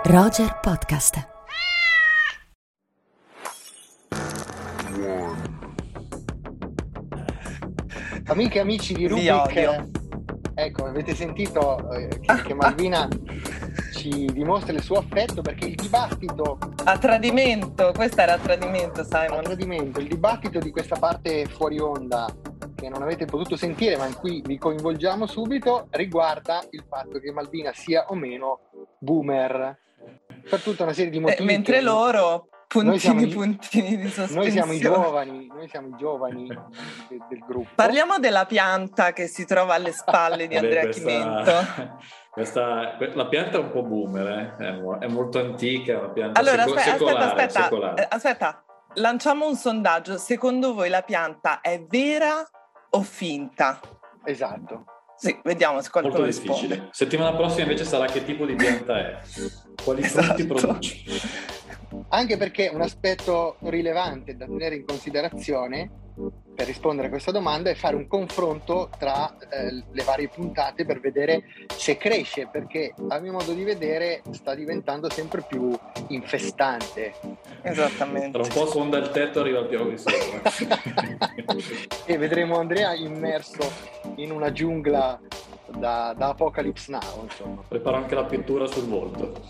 Roger Podcast. Amiche e amici di Rubik, ecco, avete sentito che Malvina ci dimostra il suo affetto, perché il dibattito a tradimento, questo era a tradimento, Simon. A tradimento, il dibattito di questa parte fuori onda che non avete potuto sentire ma in cui vi coinvolgiamo subito riguarda il fatto che Malvina sia o meno boomer, per tutta una serie di motivi. Mentre loro puntini di sospensione. Noi siamo i giovani del gruppo. Parliamo della pianta che si trova alle spalle di Andrea Chimento. La pianta è un po' boomer, è molto antica, una pianta allora, secolare. Aspetta, lanciamo un sondaggio. Secondo voi la pianta è vera o finta? Esatto. Sì, vediamo se qualcuno molto risponde. Difficile. Settimana prossima invece sarà che tipo di pianta è, quali frutti produce. Anche perché un aspetto rilevante da tenere in considerazione per rispondere a questa domanda è fare un confronto tra le varie puntate per vedere se cresce, perché a mio modo di vedere sta diventando sempre più infestante. Esattamente. Tra un po' sfonda il tetto, arriva al piano di sopra. E vedremo Andrea immerso in una giungla da Apocalypse Now, insomma. Preparo anche la pittura sul volto.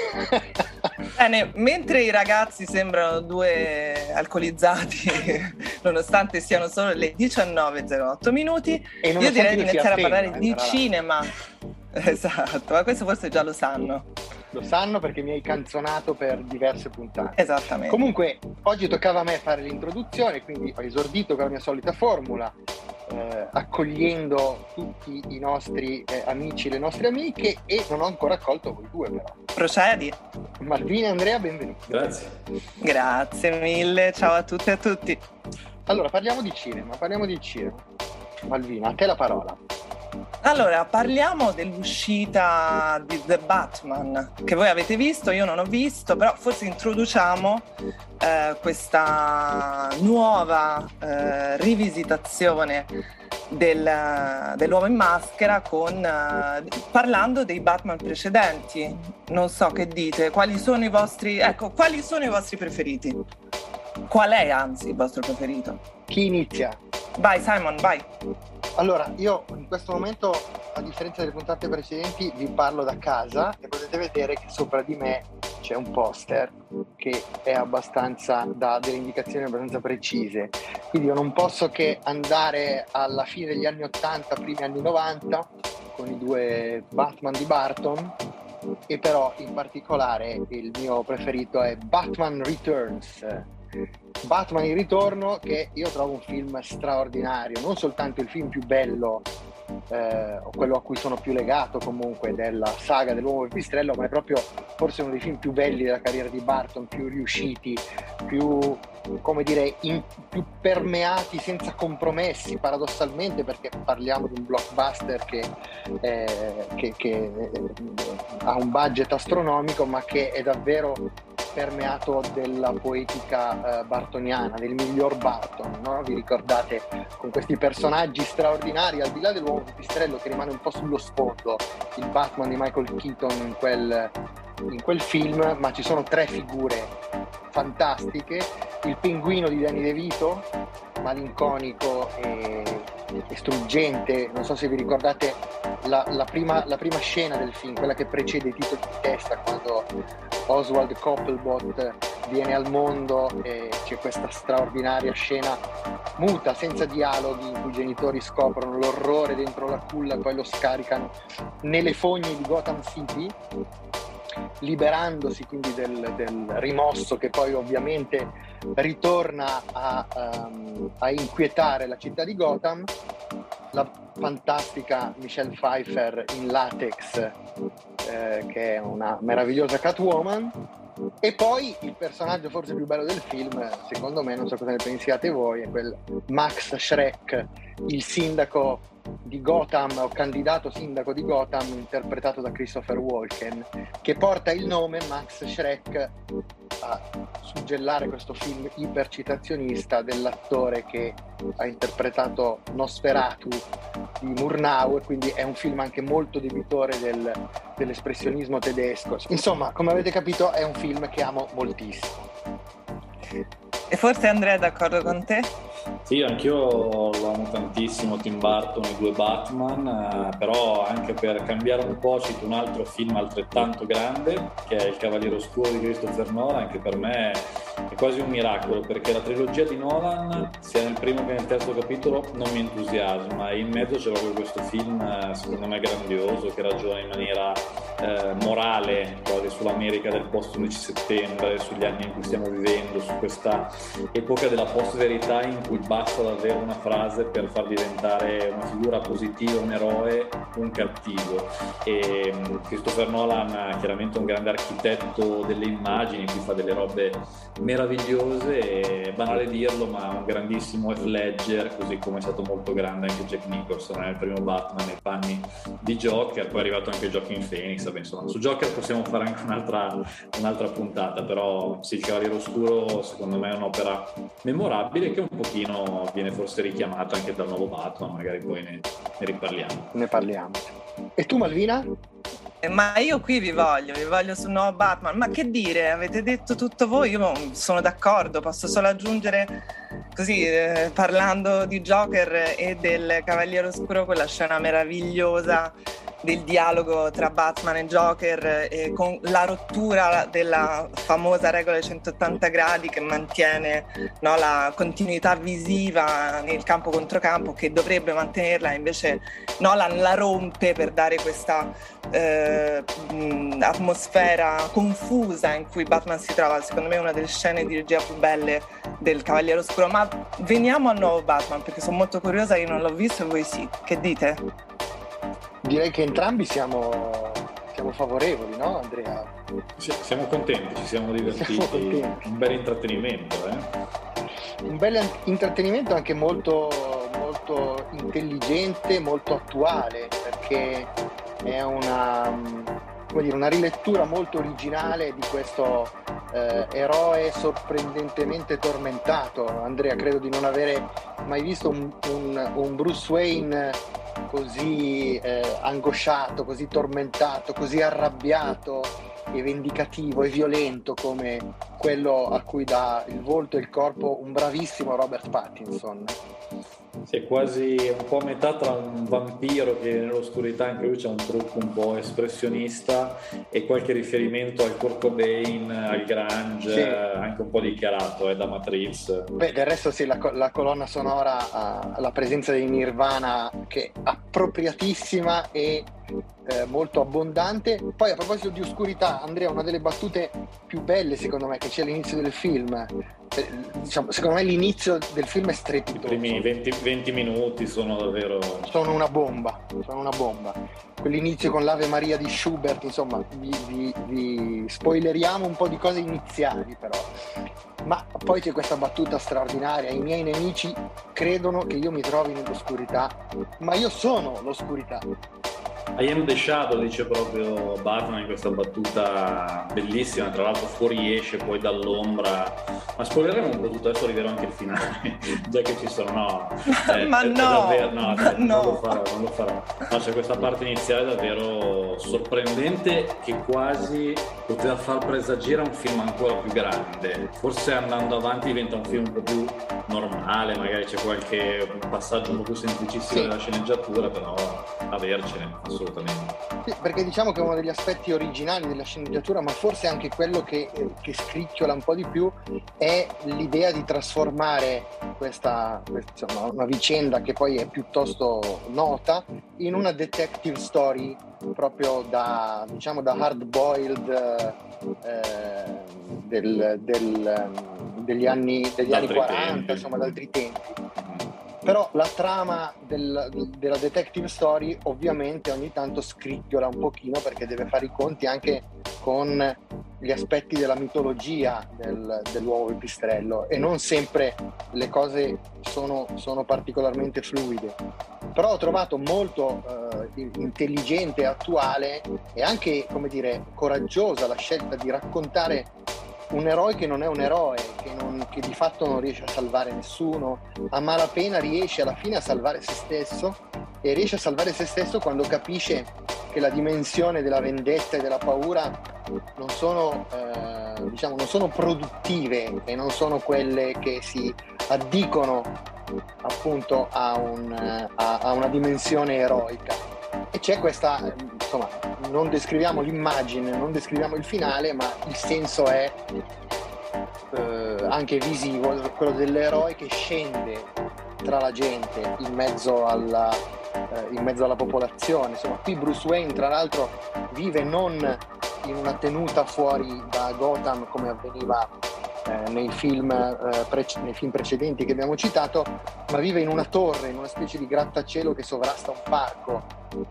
Bene, mentre i ragazzi sembrano due alcolizzati nonostante siano solo le 19:08 minuti, io direi di iniziare a parlare di cinema. Esatto, ma questo forse già lo sanno. Lo sanno perché mi hai canzonato per diverse puntate. Esattamente. Comunque, oggi toccava a me fare l'introduzione, quindi ho esordito con la mia solita formula, accogliendo tutti i nostri amici, le nostre amiche, e non ho ancora accolto voi due però. Procedi. Malvina e Andrea, benvenuti. Grazie mille, ciao a tutte e a tutti. Allora, parliamo di cinema. Malvina, a te la parola. Allora, parliamo dell'uscita di The Batman, che voi avete visto, io non ho visto, però forse introduciamo questa nuova rivisitazione dell'uomo in maschera parlando dei Batman precedenti. Non so che dite, quali sono i vostri preferiti? Qual è anzi il vostro preferito? Chi inizia? Vai Simon, vai. Allora, io in questo momento, a differenza delle puntate precedenti, vi parlo da casa e potete vedere che sopra di me c'è un poster che è dà delle indicazioni abbastanza precise. Quindi io non posso che andare alla fine degli anni 80, primi anni 90, con i due Batman di Burton, e però in particolare il mio preferito è Batman Returns. Batman in ritorno, che io trovo un film straordinario, non soltanto il film più bello o quello a cui sono più legato comunque della saga dell'uomo pipistrello, ma è proprio forse uno dei film più belli della carriera di Burton, più riusciti, più, come dire, più permeati, senza compromessi, paradossalmente, perché parliamo di un blockbuster che ha un budget astronomico, ma che è davvero permeato della poetica bartoniana, del miglior Barton, no? Vi ricordate, con questi personaggi straordinari, al di là dell'uomo pipistrello che rimane un po' sullo sfondo, il Batman di Michael Keaton in quel film, ma ci sono tre figure fantastiche: il pinguino di Danny DeVito, malinconico e struggente. Non so se vi ricordate la prima scena del film, quella che precede i titoli di testa, quando Oswald Cobblepot viene al mondo e c'è questa straordinaria scena muta, senza dialoghi, in cui i genitori scoprono l'orrore dentro la culla e poi lo scaricano nelle fogne di Gotham City, liberandosi quindi del rimosso che poi ovviamente ritorna a inquietare la città di Gotham. La fantastica Michelle Pfeiffer in latex, che è una meravigliosa Catwoman, e poi il personaggio forse più bello del film, secondo me, non so cosa ne pensiate voi, è quel Max Schreck, il sindaco di Gotham, o candidato sindaco di Gotham, interpretato da Christopher Walken, che porta il nome Max Schreck a suggellare questo film ipercitazionista dell'attore che ha interpretato Nosferatu di Murnau, e quindi è un film anche molto debitore dell'espressionismo tedesco. Insomma, come avete capito, è un film che amo moltissimo. E forse Andrea è d'accordo con te? Sì, anch'io lo amo tantissimo, Tim Burton, i 2 Batman, però anche per cambiare un po' cito un altro film altrettanto grande, che è Il Cavaliere Oscuro di Christopher Nolan, che per me è quasi un miracolo, perché la trilogia di Nolan, sia nel primo che nel terzo capitolo, non mi entusiasma, e in mezzo c'è proprio questo film, secondo me grandioso, che ragiona in maniera morale quasi sull'America del post-11 settembre, sugli anni in cui stiamo vivendo, su questa epoca della post-verità in cui basta davvero una frase per far diventare una figura positiva, un eroe, un cattivo. E Christopher Nolan è chiaramente un grande architetto delle immagini, qui fa delle robe meravigliose, è banale dirlo, ma un grandissimo Heath Ledger, così come è stato molto grande anche Jack Nicholson nel primo Batman nei panni di Joker, poi è arrivato anche Joaquin Phoenix. Insomma, su Joker possiamo fare anche un'altra puntata, però sì, Il Cavaliere Oscuro secondo me è un'opera memorabile che un pochino viene forse richiamata anche dal nuovo Batman, magari poi ne riparliamo. Ne parliamo. E tu, Malvina? Ma io qui vi voglio sul nuovo Batman. Ma che dire, avete detto tutto voi, io sono d'accordo, posso solo aggiungere così, parlando di Joker e del Cavaliere Oscuro, quella scena meravigliosa del dialogo tra Batman e Joker, con la rottura della famosa regola dei 180 gradi che mantiene, no, la continuità visiva nel campo contro campo, che dovrebbe mantenerla, invece Nolan la rompe per dare questa atmosfera confusa in cui Batman si trova. Secondo me è una delle scene di regia più belle del Cavaliere Oscuro. Ma veniamo al nuovo Batman, perché sono molto curiosa, io non l'ho visto e voi sì. Che dite? Direi che entrambi siamo favorevoli, no, Andrea? Siamo contenti, ci siamo divertiti, un bel intrattenimento. Un bel intrattenimento anche molto, molto intelligente, molto attuale, perché è una rilettura molto originale di questo eroe sorprendentemente tormentato. Andrea, credo di non avere mai visto un Bruce Wayne così angosciato, così tormentato, così arrabbiato e vendicativo e violento come quello a cui dà il volto e il corpo un bravissimo Robert Pattinson. È quasi un po' a metà tra un vampiro che nell'oscurità anche lui c'ha un trucco un po' espressionista e qualche riferimento al Kurt Cobain, al grunge, sì, anche un po' dichiarato da Matrix. Beh, del resto sì, la colonna sonora ha la presenza di Nirvana, che è appropriatissima e molto abbondante. Poi, a proposito di oscurità, Andrea, una delle battute più belle secondo me che c'è all'inizio del film, diciamo, secondo me l'inizio del film è strepitoso. I primi 20 minuti sono davvero una bomba. Quell'inizio con l'Ave Maria di Schubert, insomma, vi spoileriamo un po' di cose iniziali, però. Ma poi c'è questa battuta straordinaria: i miei nemici credono che io mi trovi nell'oscurità, ma io sono l'oscurità. I am the shadow, dice proprio Batman in questa battuta bellissima, tra l'altro fuoriesce poi dall'ombra. Ma spoileremo un po' tutto, adesso arriverò anche al finale, già che ci sono, non lo farò. No, c'è questa parte iniziale davvero sorprendente che quasi poteva far presagire un film ancora più grande. Forse andando avanti diventa un film un po' più normale, magari c'è qualche passaggio un po' più semplicissimo della sceneggiatura, però avercene assolutamente. Sì, perché diciamo che uno degli aspetti originali della sceneggiatura, ma forse anche quello che scricchiola un po' di più, è l'idea di trasformare questa una vicenda che poi è piuttosto nota in una detective story, proprio da hard boiled degli anni 40, insomma, da altri tempi. Però la trama della detective story ovviamente ogni tanto scricchiola un pochino, perché deve fare i conti anche con gli aspetti della mitologia dell'uovo pipistrello, e non sempre le cose sono particolarmente fluide. Però ho trovato molto intelligente e attuale, e anche, come dire, coraggiosa la scelta di raccontare un eroe che non è un eroe, che di fatto non riesce a salvare nessuno, a malapena riesce alla fine a salvare se stesso, e riesce a salvare se stesso quando capisce che la dimensione della vendetta e della paura non sono produttive e non sono quelle che si addicono appunto a una dimensione eroica. E c'è questa, insomma, non descriviamo l'immagine, non descriviamo il finale, ma il senso è anche visivo, quello dell'eroe che scende tra la gente in mezzo alla popolazione. Insomma, qui Bruce Wayne tra l'altro vive non in una tenuta fuori da Gotham come avveniva nei film precedenti che abbiamo citato, ma vive in una torre, in una specie di grattacielo che sovrasta un parco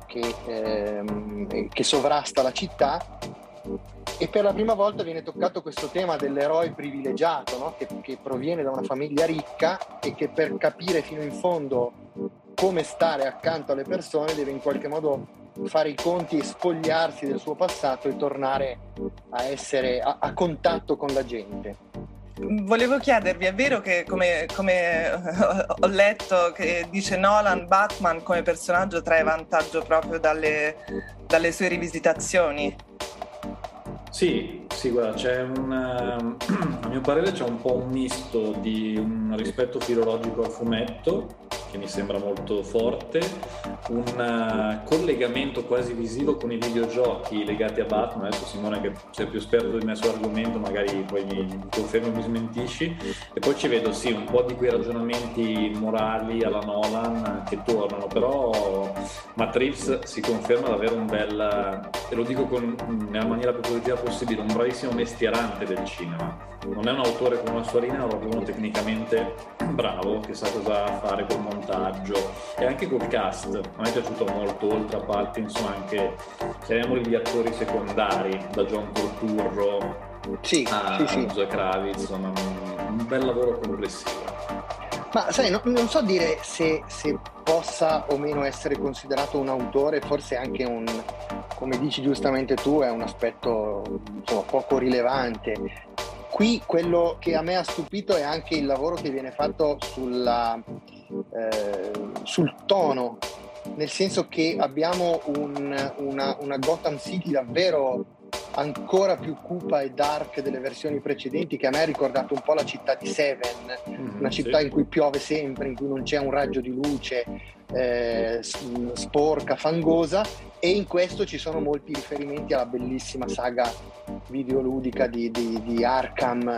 che sovrasta la città, e per la prima volta viene toccato questo tema dell'eroe privilegiato, no? che proviene da una famiglia ricca e che per capire fino in fondo come stare accanto alle persone deve in qualche modo fare i conti e spogliarsi del suo passato e tornare a essere a contatto con la gente. Volevo chiedervi, è vero che come ho letto che dice Nolan, Batman come personaggio trae vantaggio proprio dalle sue rivisitazioni? Sì, guarda, a mio parere c'è un po' un misto di un rispetto filologico al fumetto, che mi sembra molto forte, un collegamento quasi visivo con i videogiochi legati a Batman. Adesso Simone, che sei più esperto di me sull'argomento, magari poi mi confermi o mi smentisci, e poi ci vedo sì un po' di quei ragionamenti morali alla Nolan che tornano, però Matt Reeves si conferma davvero un bel, e lo dico nella maniera più positiva possibile, un bravissimo mestierante del cinema. Non è un autore con una sua linea, ma proprio uno tecnicamente bravo, che sa cosa fare col montaggio e anche col cast. A me è piaciuto molto, oltre a parte, insomma, anche chiamiamoli gli attori secondari, da John Turturro a Zoe Kravitz, insomma un bel lavoro complessivo. Ma sai, non so dire se possa o meno essere considerato un autore, forse anche come dici giustamente tu, è un aspetto, insomma, poco rilevante. Qui quello che a me ha stupito è anche il lavoro che viene fatto sul tono, nel senso che abbiamo una Gotham City davvero ancora più cupa e dark delle versioni precedenti, che a me ha ricordato un po' la città di Seven, una città in cui piove sempre, in cui non c'è un raggio di luce, sporca, fangosa, e in questo ci sono molti riferimenti alla bellissima saga videoludica di Arkham,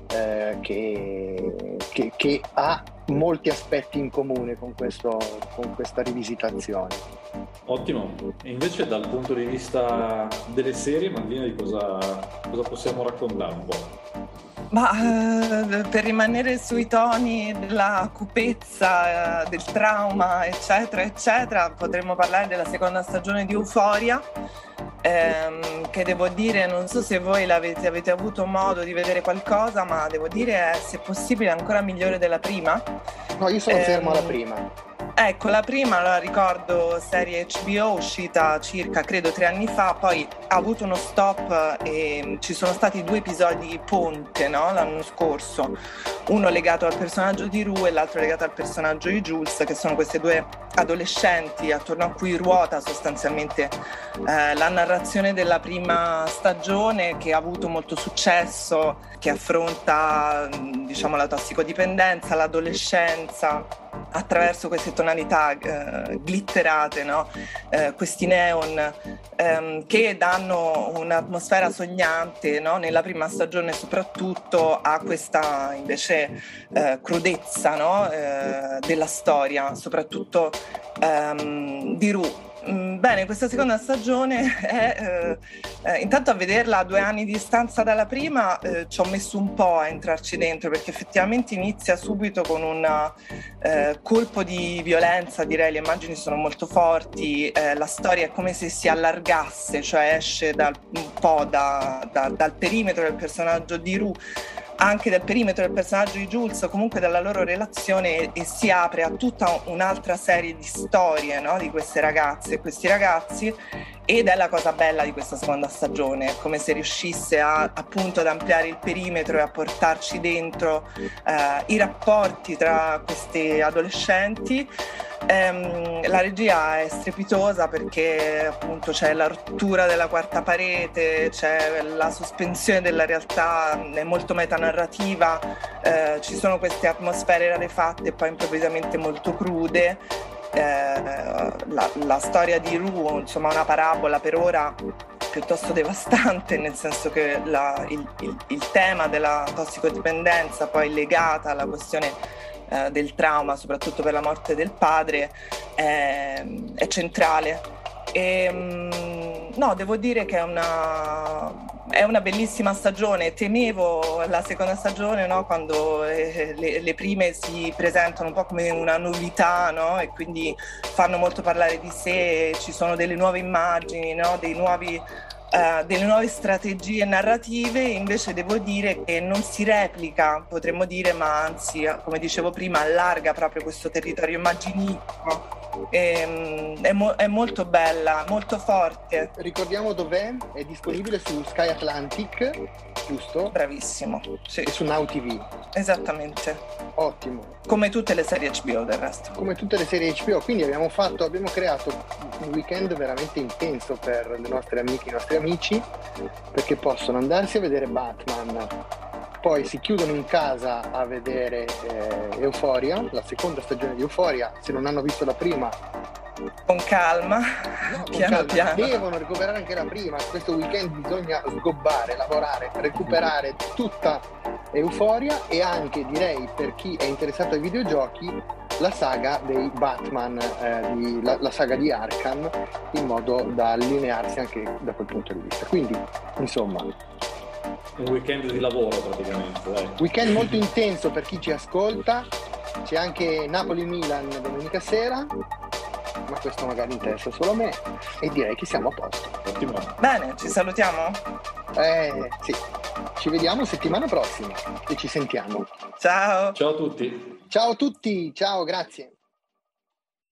che ha molti aspetti in comune con questa rivisitazione. Ottimo. E invece dal punto di vista delle serie, Malvina, di cosa possiamo raccontare un po'? Ma per rimanere sui toni della cupezza, del trauma, eccetera, eccetera, potremmo parlare della seconda stagione di Euphoria, che devo dire, non so se voi avete avuto modo di vedere qualcosa, ma devo dire è, se possibile, ancora migliore della prima. No, io sono fermo alla prima. Ecco, la prima la ricordo, serie HBO uscita circa, credo, 3 anni fa, poi ha avuto uno stop e ci sono stati 2 episodi ponte, no? L'anno scorso, uno legato al personaggio di Rue e l'altro legato al personaggio di Jules, che sono queste 2 adolescenti attorno a cui ruota sostanzialmente la narrazione della prima stagione, che ha avuto molto successo, che affronta, diciamo, la tossicodipendenza, l'adolescenza attraverso queste tonalità glitterate, no? Questi neon che danno un'atmosfera sognante, no? Nella prima stagione soprattutto ha questa invece crudezza, no? Della storia, soprattutto di Rue. Bene, questa seconda stagione è intanto, a vederla a 2 anni di distanza dalla prima, ci ho messo un po' a entrarci dentro, perché effettivamente inizia subito con un colpo di violenza, direi. Le immagini sono molto forti, la storia è come se si allargasse, cioè esce un po' dal perimetro del personaggio di Rue, anche dal perimetro del personaggio di Jules, comunque dalla loro relazione, e si apre a tutta un'altra serie di storie, no? Di queste ragazze e questi ragazzi, ed è la cosa bella di questa seconda stagione, come se riuscisse appunto ad ampliare il perimetro e a portarci dentro i rapporti tra questi adolescenti. La regia è strepitosa perché appunto c'è la rottura della quarta parete, c'è la sospensione della realtà, è molto metanarrativa, ci sono queste atmosfere rarefatte e poi improvvisamente molto crude. La storia di Rue, insomma, è una parabola per ora piuttosto devastante, nel senso che il tema della tossicodipendenza, poi legata alla questione del trauma, soprattutto per la morte del padre, è centrale. No, devo dire che è una bellissima stagione. Temevo la seconda stagione, no? Quando le prime si presentano un po' come una novità, no? E quindi fanno molto parlare di sé, ci sono delle nuove immagini, no? Delle nuove strategie narrative. Invece devo dire che non si replica, potremmo dire, ma anzi, come dicevo prima, allarga proprio questo territorio immaginifico. È molto bella, molto forte. Ricordiamo dov'è? È disponibile su Sky Atlantic, giusto? Bravissimo, sì. E su Now TV. Esattamente. Ottimo. Come tutte le serie HBO del resto. Come tutte le serie HBO, quindi abbiamo creato un weekend veramente intenso per le nostre amiche e i nostri amici, perché possono andarsi a vedere Batman, poi si chiudono in casa a vedere Euphoria, la seconda stagione di Euphoria. Se non hanno visto la prima, con calma, piano. Devono recuperare anche la prima. Questo weekend bisogna sgobbare, lavorare, recuperare tutta Euphoria, e anche, direi, per chi è interessato ai videogiochi, la saga dei Batman, la saga di Arkham, in modo da allinearsi anche da quel punto di vista. Quindi, insomma, un weekend di lavoro praticamente. Weekend molto intenso per chi ci ascolta. C'è anche Napoli-Milan domenica sera, ma questo magari interessa solo a me, e direi che siamo a posto. Ottimo. Bene, ci salutiamo? Sì, ci vediamo settimana prossima e ci sentiamo. Ciao. Ciao a tutti. Ciao a tutti, ciao, grazie.